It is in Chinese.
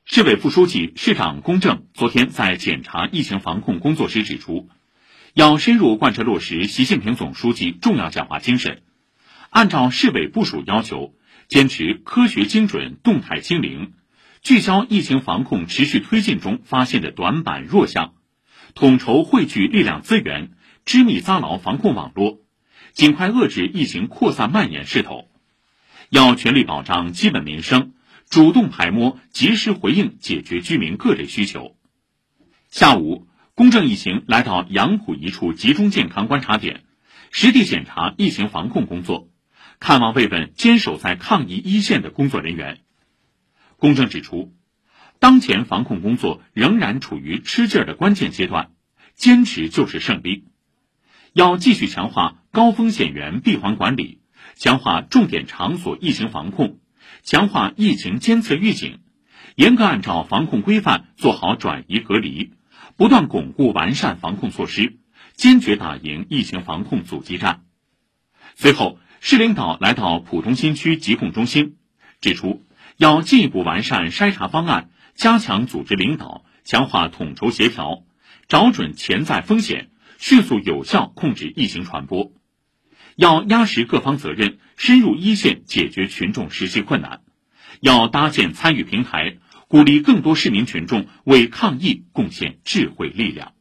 市委副书记、市长龚正昨天在检查疫情防控工作时指出，要深入贯彻落实习近平总书记重要讲话精神，按照市委部署要求，坚持科学精准、动态清零，聚焦疫情防控持续推进中发现的短板弱项，统筹汇聚力量资源，织密扎牢防控网络，尽快遏制疫情扩散蔓延势头。要全力保障基本民生，主动排摸，及时回应解决居民各类需求。下午，龚正一行来到杨浦一处集中健康观察点，实地检查疫情防控工作，看望慰问坚守在抗疫一线的工作人员。龚正指出，当前防控工作仍然处于吃劲儿的关键阶段，坚持就是胜利。要继续强化高风险源闭环管理，强化重点场所疫情防控，强化疫情监测预警，严格按照防控规范做好转移隔离，不断巩固完善防控措施，坚决打赢疫情防控阻击战。随后，市领导来到浦东新区疾控中心，指出要进一步完善筛查方案，加强组织领导，强化统筹协调，找准潜在风险，迅速有效控制疫情传播。要压实各方责任，深入一线解决群众实际困难。要搭建参与平台，鼓励更多市民群众为抗疫贡献智慧力量。